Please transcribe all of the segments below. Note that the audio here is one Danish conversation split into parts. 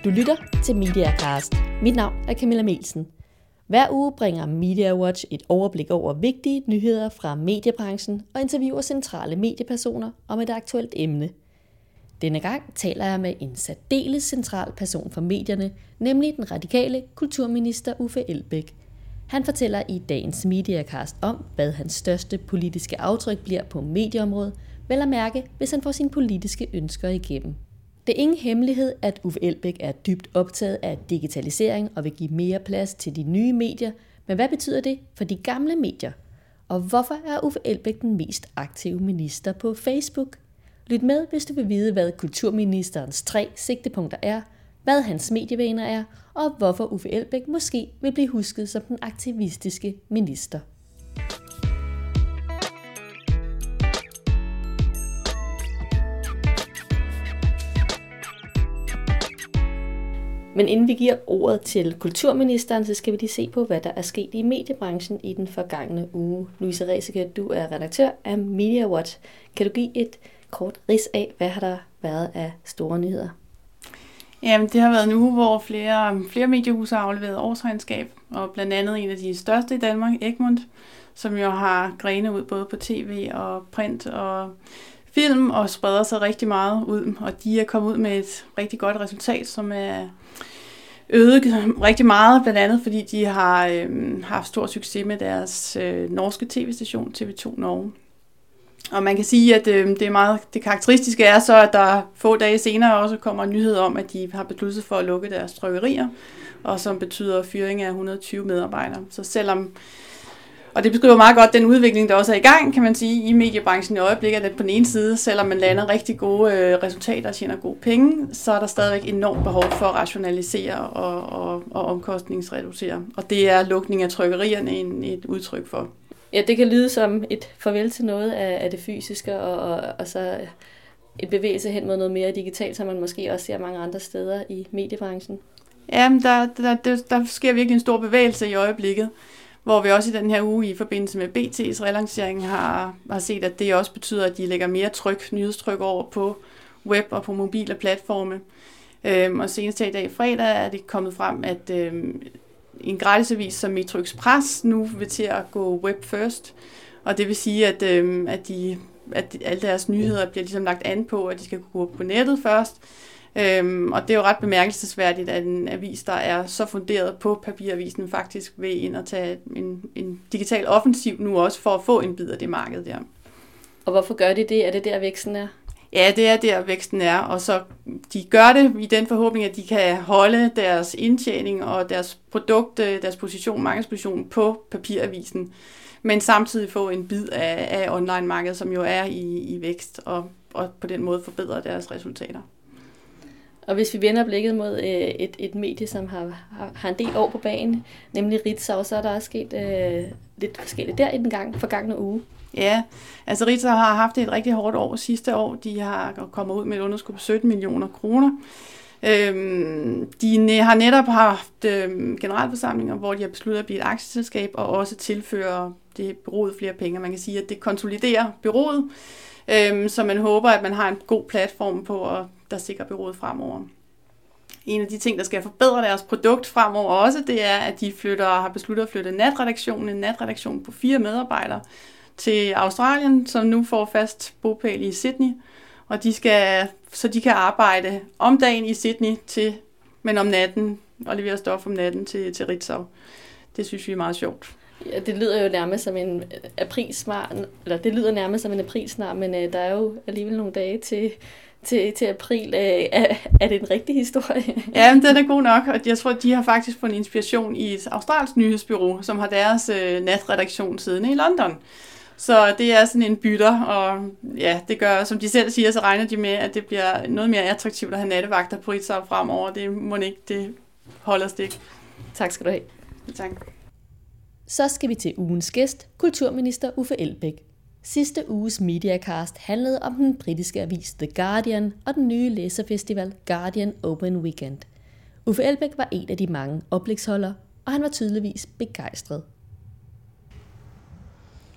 Du lytter til Mediacast. Mit navn er Camilla Melsen. Hver uge bringer MediaWatch et overblik over vigtige nyheder fra mediebranchen og interviewer centrale mediepersoner om et aktuelt emne. Denne gang taler jeg med en særdeles central person for medierne, nemlig den radikale kulturminister Uffe Elbæk. Han fortæller i dagens Mediacast om, hvad hans største politiske aftryk bliver på medieområdet, vel at mærke, hvis han får sine politiske ønsker igennem. Det er ingen hemmelighed, at Uffe Elbæk er dybt optaget af digitalisering og vil give mere plads til de nye medier, men hvad betyder det for de gamle medier? Og hvorfor er Uffe Elbæk den mest aktive minister på Facebook? Lyt med, hvis du vil vide, hvad kulturministerens 3 sigtepunkter er, hvad hans medievaner er, og hvorfor Uffe Elbæk måske vil blive husket som den aktivistiske minister. Men inden vi giver ordet til kulturministeren, så skal vi lige se på, hvad der er sket i mediebranchen i den forgangne uge. Louise Ræseke, du er redaktør af MediaWatch. Kan du give et kort rids af, hvad har der været af store nyheder? Jamen, det har været en uge, hvor flere mediehuse har afleveret årsregnskab, og blandt andet en af de største i Danmark, Egmont, som jo har grene ud både på tv og print og film, og spreder sig rigtig meget ud, og de er kommet ud med et rigtig godt resultat, som er øget rigtig meget, blandt andet fordi de har haft stor succes med deres norske tv-station, TV2 Norge. Og man kan sige, at det karakteristiske er så, at der få dage senere også kommer en nyhed om, at de har besluttet sig for at lukke deres trykkerier, og som betyder fyring af 120 medarbejdere. Så selvom, og det beskriver meget godt den udvikling, der også er i gang, kan man sige, i mediebranchen i øjeblikket, at på den ene side, selvom man lander rigtig gode resultater og tjener gode penge, så er der stadigvæk enormt behov for at rationalisere og omkostningsreducere. Og det er lukning af trykkerierne et udtryk for. Ja, det kan lyde som et farvel til noget af det fysiske, og så en bevægelse hen mod noget mere digitalt, som man måske også ser mange andre steder i mediebranchen. Ja, der sker virkelig en stor bevægelse i øjeblikket, hvor vi også i den her uge i forbindelse med BT's relancering har set, at det også betyder, at de lægger mere nyhedstryk over på web og på mobile platforme. Og senest i dag fredag er det kommet frem, at en gratisavis som Metro Express nu vil til at gå web first, og det vil sige, at alle deres nyheder bliver ligesom lagt an på, at de skal gå på nettet først. Og det er jo ret bemærkelsesværdigt, at en avis, der er så funderet på papiravisen, faktisk vil ind og tage en digital offensiv nu også for at få en bid af det marked der. Og hvorfor gør de det? Er det der væksten er? Ja, det er der væksten er, og så de gør det i den forhåbning, at de kan holde deres indtjening og deres produkt, deres markedsposition på papiravisen, men samtidig få en bid af online-markedet, som jo er i vækst, og på den måde forbedre deres resultater. Og hvis vi vender blikket mod et medie, som har en del år på banen, nemlig Ritzau, så er der også sket lidt forskelligt der i den forgangne uge. Ja, altså Ritzau har haft et rigtig hårdt år sidste år. De har kommet ud med et underskud på 17 millioner kroner. De har netop haft generalforsamlinger, hvor de har besluttet at blive et aktieselskab og også tilføre det bureauet flere penge. Man kan sige, at det konsoliderer bureauet, så man håber, at man har en god platform på, og der sikrer bureauet fremover. En af de ting, der skal forbedre deres produkt fremover også, det er, at de har besluttet at flytte en natredaktion på 4 medarbejdere, til Australien, som nu får fast bopæl i Sydney, og så de kan arbejde om dagen i Sydney, men om natten, og levere stof om natten til Ritzau. Det synes vi er meget sjovt. Ja, det lyder jo nærmest som en aprilsnar, men der er jo alligevel nogle dage til april. Er det en rigtig historie? Ja, men den er god nok, og jeg tror, at de har faktisk fået inspiration i et australsk nyhedsbureau, som har deres natredaktion siddende i London. Så det er sådan en bytter, og ja, det gør, som de selv siger, så regner de med, at det bliver noget mere attraktivt at have nattevagter på Ritzau fremover. Det må ikke, det holder stik. Tak skal du have. Tak. Så skal vi til ugens gæst, kulturminister Uffe Elbæk. Sidste uges Mediacast handlede om den britiske avis The Guardian og den nye læserfestival Guardian Open Weekend. Uffe Elbæk var en af de mange oplægsholdere, og han var tydeligvis begejstret.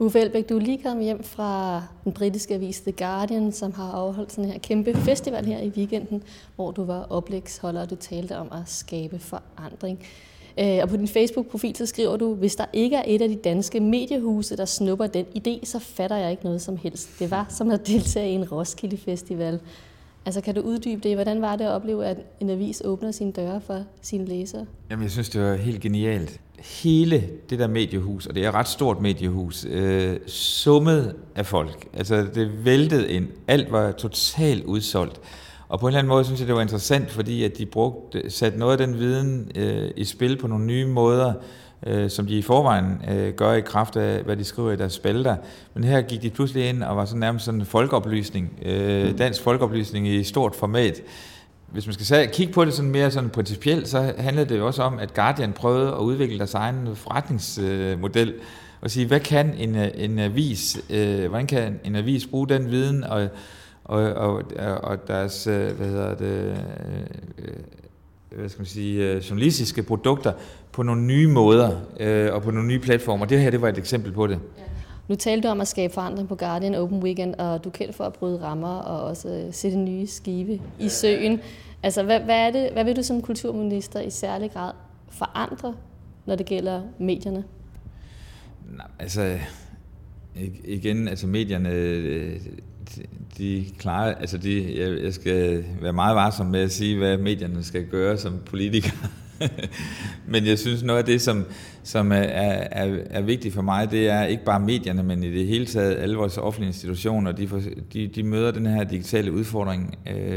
Uffe Elbæk, du er lige kommet hjem fra den britiske avis The Guardian, som har afholdt sådan her kæmpe festival her i weekenden, hvor du var oplægsholder, og du talte om at skabe forandring. Og på din Facebook-profil så skriver du, hvis der ikke er et af de danske mediehuse, der snupper den idé, så fatter jeg ikke noget som helst. Det var som at deltage i en Roskilde Festival. Altså kan du uddybe det? Hvordan var det at opleve, at en avis åbner sine døre for sine læsere? Jamen jeg synes, det var helt genialt. Hele det der mediehus, og det er et ret stort mediehus, summet af folk. Altså det væltede ind. Alt var totalt udsolgt. Og på en eller anden måde synes jeg, det var interessant, fordi at de satte noget af den viden i spil på nogle nye måder, som de i forvejen gør i kraft af, hvad de skriver i deres spalter. Men her gik de pludselig ind og var sådan nærmest sådan en folkeoplysning, dansk folkeoplysning i stort format. Hvis man skal kigge på det sådan mere sådan principielt, så handlede det jo også om, at Guardian prøvede at udvikle deres egen forretningsmodel og sige, hvad kan en avis, hvordan kan en avis bruge den viden og deres, journalistiske produkter på nogle nye måder og på nogle nye platformer. Det her, det var et eksempel på det. Ja. Nu talte du om at skabe forandring på Guardian Open Weekend, og du er kendt for at bryde rammer og også sætte nye skibe i søen. Altså, hvad vil du som kulturminister i særlig grad forandre, når det gælder medierne? Nej, altså igen, altså medierne, de klarer, altså jeg skal være meget varsom med at sige, hvad medierne skal gøre som politikere. Men jeg synes, noget af det, som er vigtigt for mig, det er ikke bare medierne, men i det hele taget alle vores offentlige institutioner, de møder den her digitale udfordring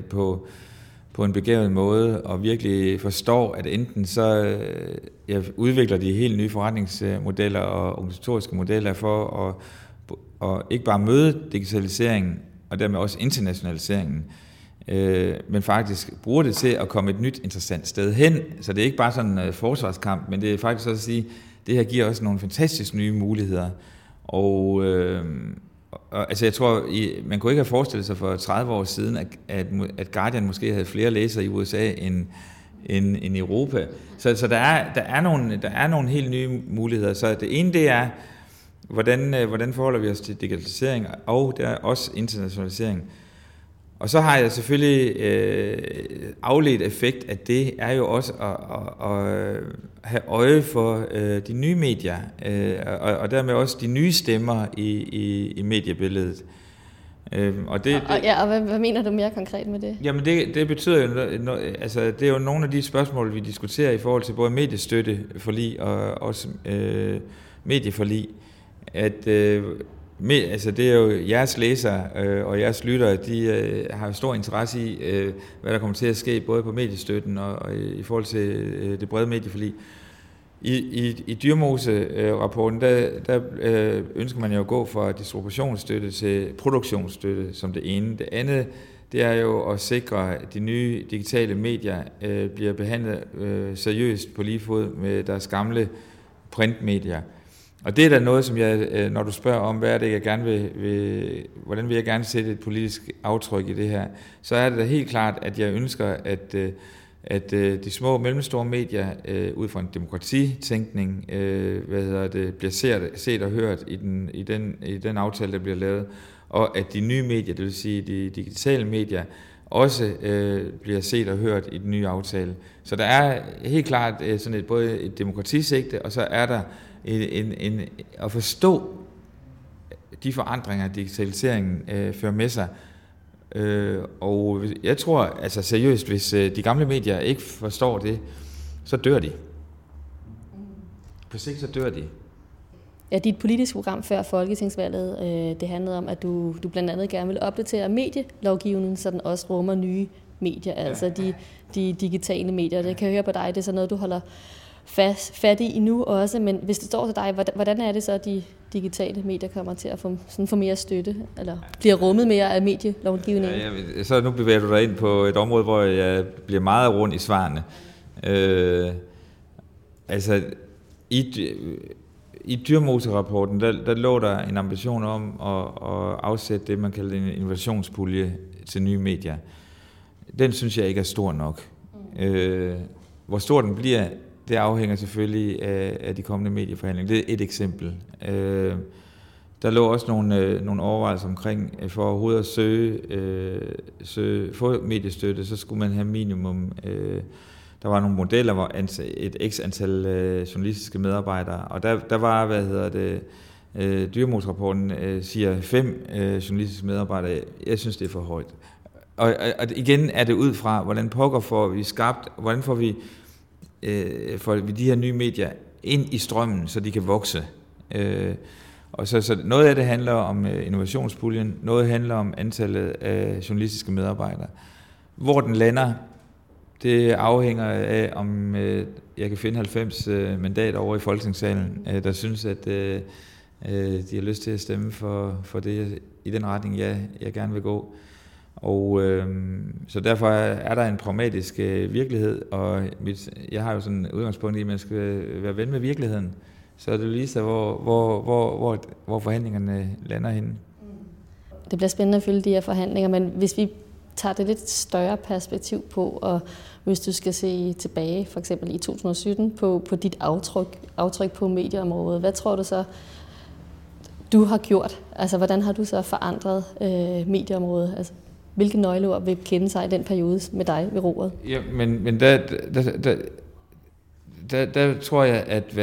på en begavet måde, og virkelig forstår, at enten så udvikler de helt nye forretningsmodeller og organisatoriske modeller for at ikke bare møde digitaliseringen, og dermed også internationaliseringen, men faktisk bruger det til at komme et nyt interessant sted hen. Så det er ikke bare sådan en forsvarskamp, men det er faktisk også at sige, at det her giver også nogle fantastisk nye muligheder. Og altså jeg tror, man kunne ikke have forestillet sig for 30 år siden, at Guardian måske havde flere læsere i USA end i Europa. Så der er nogle helt nye muligheder. Så det ene, det er, hvordan forholder vi os til digitalisering, og der er også internationalisering. Og så har jeg selvfølgelig afledt effekt af det, er jo også at have øje for de nye medier, og dermed også de nye stemmer i mediebilledet. Og hvad mener du mere konkret med det? Jamen det betyder jo, altså det er jo nogle af de spørgsmål, vi diskuterer i forhold til både mediestøtteforlig og også medieforlig, at altså det er jo jeres læsere og jeres lyttere, de har stor interesse i, hvad der kommer til at ske både på mediestøtten og i forhold til det brede medieforlig. I Dyrmose-rapporten, der ønsker man jo at gå fra distributionsstøtte til produktionsstøtte som det ene. Det andet, det er jo at sikre, at de nye digitale medier bliver behandlet seriøst på lige fod med deres gamle printmedier. Og det er da noget, som jeg, når du spørger om, hvad er det, jeg gerne hvordan vil jeg gerne sætte et politisk aftryk i det her, så er det da helt klart, at jeg ønsker, at de små og mellemstore medier, ud fra en demokratitænkning, bliver set og hørt i den aftale, der bliver lavet, og at de nye medier, det vil sige de digitale medier, også bliver set og hørt i den nye aftale. Så der er helt klart sådan både et demokratisigte, og så er der at forstå de forandringer, digitaliseringen fører med sig. Og jeg tror, altså seriøst, hvis de gamle medier ikke forstår det, så dør de. På sigt så dør de. Ja, dit politiske program før Folketingsvalget, det handlede om, at du blandt andet gerne vil opdatere medielovgivningen, så den også rummer nye medier, altså de digitale medier. Det kan jeg høre på dig, det er sådan noget, du holder fat i nu også, men hvis det står til dig, hvordan er det så, at de digitale medier kommer til at få mere støtte, eller bliver rummet mere af medielovgivningen? Ja, så nu bevæger du dig ind på et område, hvor jeg bliver meget rundt i svarene. Altså, i Dyrmose-rapporten, der lå der en ambition om at afsætte det, man kalder en innovationspulje til nye medier. Den synes jeg ikke er stor nok. Hvor stor den bliver, det afhænger selvfølgelig af de kommende medieforhandlinger. Det er et eksempel. der lå også nogle overvejelser omkring, for overhovedet at få mediestøtte, så skulle man have minimum, der var nogle modeller, hvor et x antal journalistiske medarbejdere, og der var, Dyremotorrapporten siger 5 journalistiske medarbejdere. Jeg synes, det er for højt. Og igen er det ud fra, hvordan pokker får vi skabt, hvordan får vi de her nye medier ind i strømmen, så de kan vokse. Og så noget af det handler om innovationspuljen, noget handler om antallet af journalistiske medarbejdere. Hvor den lander, det afhænger af, om jeg kan finde 90 mandater over i Folketingssalen, der synes, at de har lyst til at stemme for det i den retning, jeg gerne vil gå. Og så derfor er der en pragmatisk virkelighed, og jeg har jo sådan et udgangspunkt i, at man skal være ven med virkeligheden. Så er det lige så, hvor forhandlingerne lander henne. Det bliver spændende at følge de her forhandlinger, men hvis vi tager det lidt større perspektiv på, og hvis du skal se tilbage, for eksempel i 2017, på dit aftryk på medieområdet, hvad tror du så, du har gjort? Altså, hvordan har du så forandret medieområdet? Altså, hvilke nøgleord vil kende sig i den periode med dig ved roret? Ja, men der tror jeg, at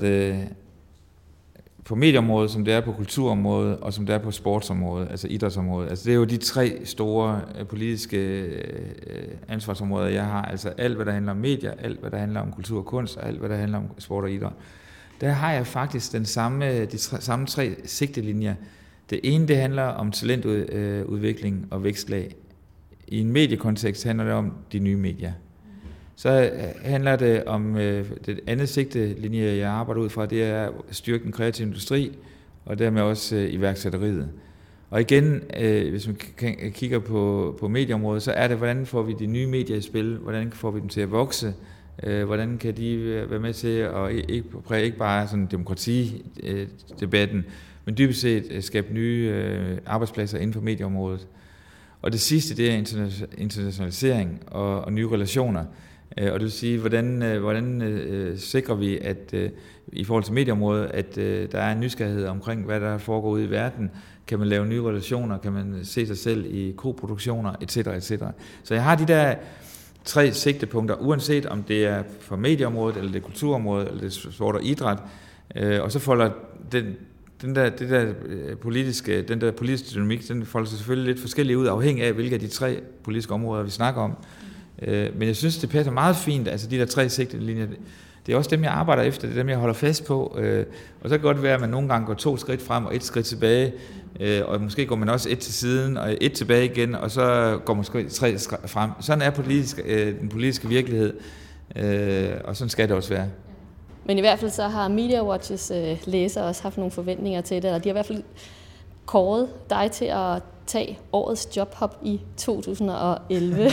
på medieområdet, som det er på kulturområdet, og som det er på sportsområdet, altså idrætsområdet, altså det er jo de 3 store politiske ansvarsområder, jeg har. Altså alt, hvad der handler om medier, alt, hvad der handler om kultur og kunst, og alt, hvad der handler om sport og idræt. Der har jeg faktisk de samme 3 sigtelinjer. Det ene, det handler om talentudvikling og vækstlag. I en mediekontekst handler det om de nye medier. Så handler det om det andet sigtelinje, jeg arbejder ud fra, det er at styrke den kreative industri, og dermed også iværksætteriet. Og igen, hvis man kigger på medieområdet, så er det, hvordan får vi de nye medier i spil, hvordan får vi dem til at vokse, hvordan kan de være med til at ikke bare sådan demokratidebatten, men dybest set skabe nye arbejdspladser inden for medieområdet. Og det sidste, det er internationalisering og nye relationer. Og det vil sige, hvordan sikrer vi, at i forhold til medieområdet, at der er en nysgerrighed omkring, hvad der foregår ude i verden. Kan man lave nye relationer? Kan man se sig selv i koproduktioner, etc., etc. Så jeg har de der 3 sigtepunkter, uanset om det er for medieområdet, eller det er kulturområdet, eller det er sport og idræt. Og så folder den der politiske dynamik, den folder sig selvfølgelig lidt forskelligt ud, afhængig af, hvilke af de 3 politiske områder, vi snakker om. Men jeg synes, det passer meget fint, altså de der 3 sigtelinjer. Det er også dem, jeg arbejder efter, det er dem, jeg holder fast på. Og så kan det godt være, at man nogle gange går 2 skridt frem og 1 skridt tilbage, og måske går man også 1 til siden og 1 tilbage igen, og så går man 3 frem. Sådan er den politiske virkelighed, og sådan skal det også være. Men i hvert fald så har MediaWatches læsere også haft nogle forventninger til det, eller de har i hvert fald kåret dig til at tage årets jobhop i 2011.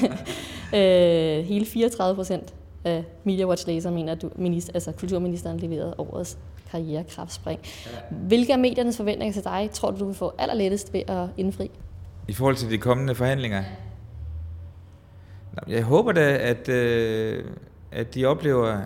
Hele 34% af MediaWatch-læsere mener, at kulturministeren leverede årets karrierekraftspring. Hvilke af mediernes forventninger til dig tror du vil få allerlettest ved at indfri? I forhold til de kommende forhandlinger? Jeg håber da, at de oplever,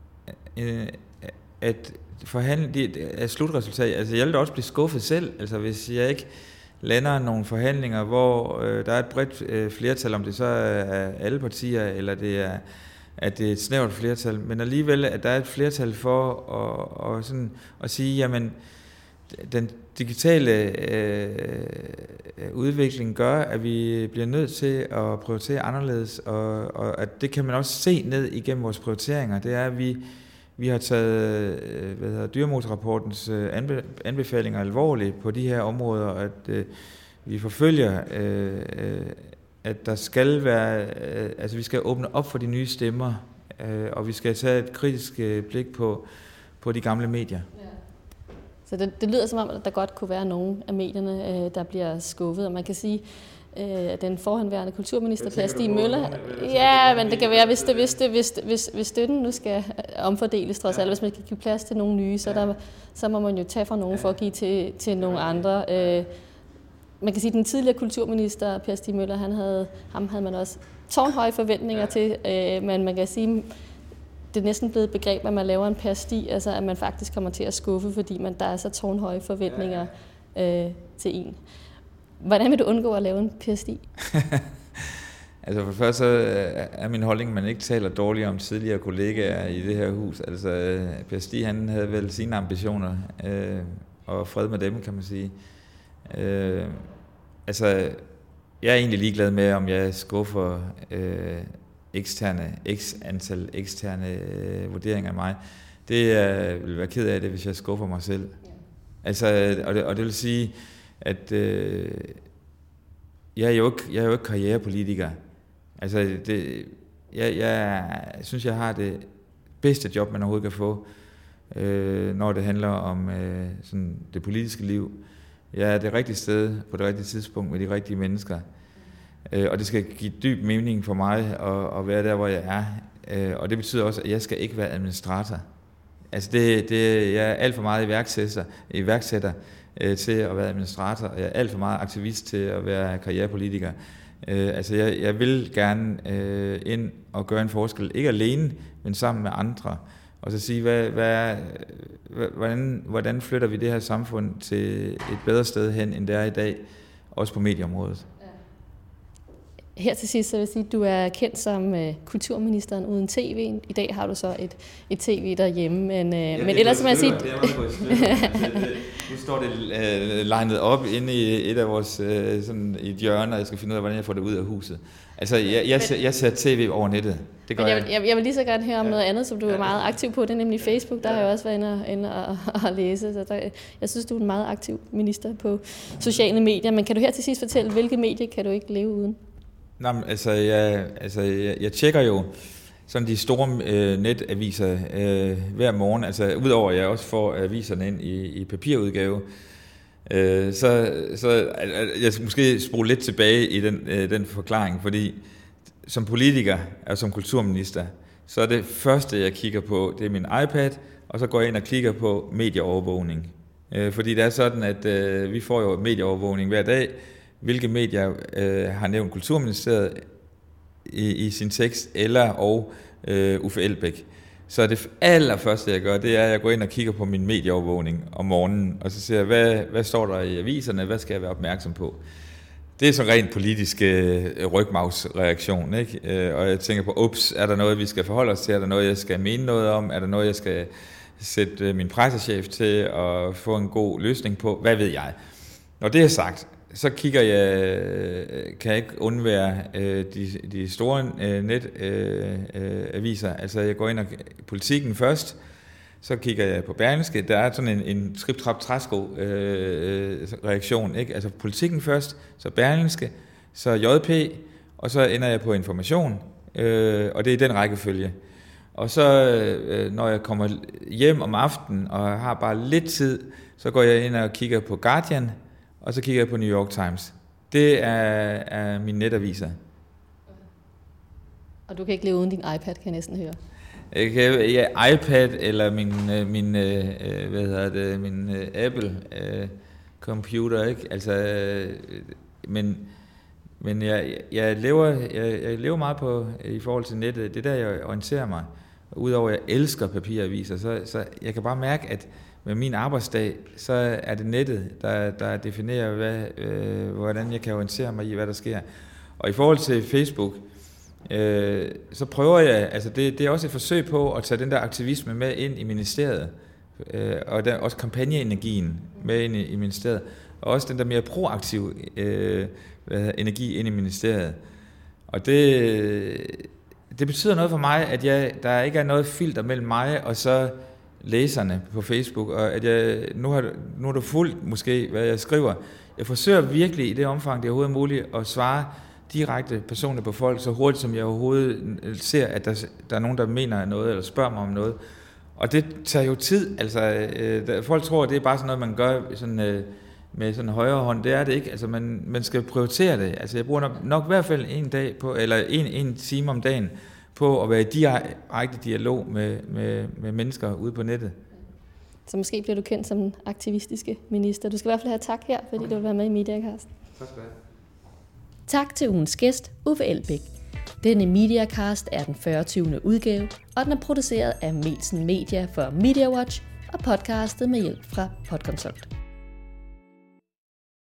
at slutresultatet, altså jeg vil da også blive skuffet selv, altså hvis jeg ikke lander nogle forhandlinger, hvor der er et bredt flertal, om det så er alle partier, eller at det er et snævert flertal, men alligevel, at der er et flertal for at sige, jamen, den digitale udvikling gør, at vi bliver nødt til at prioritere anderledes, og at det kan man også se ned igennem vores prioriteringer. Det er, at vi har taget Dyremotorrapportens anbefalinger alvorligt på de her områder, og at vi forfølger, at der skal være, altså vi skal åbne op for de nye stemmer, og vi skal tage et kritisk blik på de gamle medier. Ja. Så det lyder som om, at der godt kunne være nogle af medierne, der bliver skuffet, og man kan sige, at den forhenværende kulturminister, Per Stig Møller, ja, men det kan være, hvis støtten nu skal omfordeles trods alt, hvis man skal give plads til nogle nye, så må man jo tage fra nogen for at give til nogle andre. Man kan sige, at den tidligere kulturminister, Per Stig Møller, ham havde man også tårnhøje forventninger til, men man kan sige, det er næsten blevet et begreb, at man laver en pasti, altså at man faktisk kommer til at skuffe, fordi der er så tårnhøje forventninger til en. Hvordan vil du undgå at lave en pasti? Altså for det første er min holdning, at man ikke taler dårligt om tidligere kollegaer i det her hus. Altså Per Stig, han havde vel sine ambitioner, og fred med dem, kan man sige. Altså, jeg er egentlig ligeglad med, om jeg skuffer antal eksterne vurderinger af mig. Det vil være ked af det, hvis jeg skuffer mig selv. Altså, og det vil sige, at jeg er jo ikke karrierepolitiker. Altså, jeg synes, jeg har det bedste job, man overhovedet kan få, når det handler om sådan det politiske liv. Jeg er det rigtige sted på det rigtige tidspunkt med de rigtige mennesker. Og det skal give dyb mening for mig at være der, hvor jeg er. Og det betyder også, at jeg skal ikke være administrator. Altså, jeg er alt for meget iværksætter til at være administrator, og jeg er alt for meget aktivist til at være karrierepolitiker. Altså, jeg vil gerne ind og gøre en forskel, ikke alene, men sammen med andre, og så sige, hvordan flytter vi det her samfund til et bedre sted hen, end det er i dag, også på medieområdet. Her til sidst så vil jeg sige, at du er kendt som kulturministeren uden tv. I dag har du så et tv derhjemme, men ellers så må jeg sige... Nu står det legnet op inde i et af vores sådan i et hjørne, og jeg skal finde ud af, hvordan jeg får det ud af huset. Altså, jeg ser tv over nettet. Det gør jeg vil lige så gerne høre om noget andet, som du er meget aktiv på. Det er nemlig Facebook. Der har jeg også været inde og læse. Så jeg synes, du er en meget aktiv minister på sociale medier. Men kan du her til sidst fortælle, hvilke medier kan du ikke leve uden? Nå, jeg tjekker jo sådan de store netaviser hver morgen. Altså udover at jeg også får aviserne ind i papirudgave, så jeg skal måske spole lidt tilbage i den forklaring, fordi som politiker og som kulturminister, så er det første jeg kigger på, det er min iPad, og så går jeg ind og kigger på medieovervågning. Fordi det er sådan, at vi får jo medieovervågning hver dag. Hvilke medier har nævnt Kulturministeriet i sin tekst, og Uffe Elbæk. Så det allerførste, jeg gør, det er, at jeg går ind og kigger på min medieovervågning om morgenen, og så ser jeg, hvad står der i aviserne, hvad skal jeg være opmærksom på. Det er så rent politisk rygmavsreaktion, ikke? Og jeg tænker på, er der noget, vi skal forholde os til? Er der noget, jeg skal mene noget om? Er der noget, jeg skal sætte min pressechef til at få en god løsning på? Hvad ved jeg? Når det er sagt, så kan jeg ikke undvære de store netaviser. Altså jeg går ind og Politikken først, så kigger jeg på Berlingske. Der er sådan en trip-trap-træsko-reaktion, ikke? Altså Politikken først, så Berlingske, så JP, og så ender jeg på Information, og det er den rækkefølge. Og så når jeg kommer hjem om aftenen og har bare lidt tid, så går jeg ind og kigger på Guardian, og så kigger jeg på New York Times. Det er mine netaviser. Og du kan ikke leve uden din iPad, kan jeg næsten høre. iPad eller min Apple computer, ikke? Altså, men jeg lever meget på i forhold til nettet. Det der jeg orienterer mig. Udover at jeg elsker papiraviser, så jeg kan bare mærke, at med min arbejdsdag, så er det nettet, der definerer, hvordan jeg kan orientere mig i, hvad der sker. Og i forhold til Facebook, så prøver jeg, altså det er også et forsøg på at tage den der aktivisme med ind i ministeriet, og også kampagneenergien med ind i ministeriet, og også den der mere proaktive energi ind i ministeriet. Og det betyder noget for mig, at der ikke er noget filter mellem mig og så læserne på Facebook, og at nu har du fulgt måske, hvad jeg skriver. Jeg forsøger virkelig i det omfang, det er overhovedet muligt, at svare direkte personligt på folk, så hurtigt som jeg overhovedet ser, at der er nogen, der mener noget, eller spørger mig om noget. Og det tager jo tid. Altså, folk tror, at det er bare sådan noget, man gør sådan, med sådan en højre hånd. Det er det ikke. Altså, man skal prioritere det. Altså, jeg bruger nok i hvert fald en dag på, eller en time om dagen, på at være i direkte dialog med mennesker ude på nettet. Så måske bliver du kendt som den aktivistiske minister. Du skal i hvert fald have tak her, fordi du vil være med i Mediacast. Tak skal du have. Tak til ugens gæst, Uffe Elbæk. Denne Mediacast er den 40. udgave, og den er produceret af Melsen Media for MediaWatch og podcastet med hjælp fra Podconsult.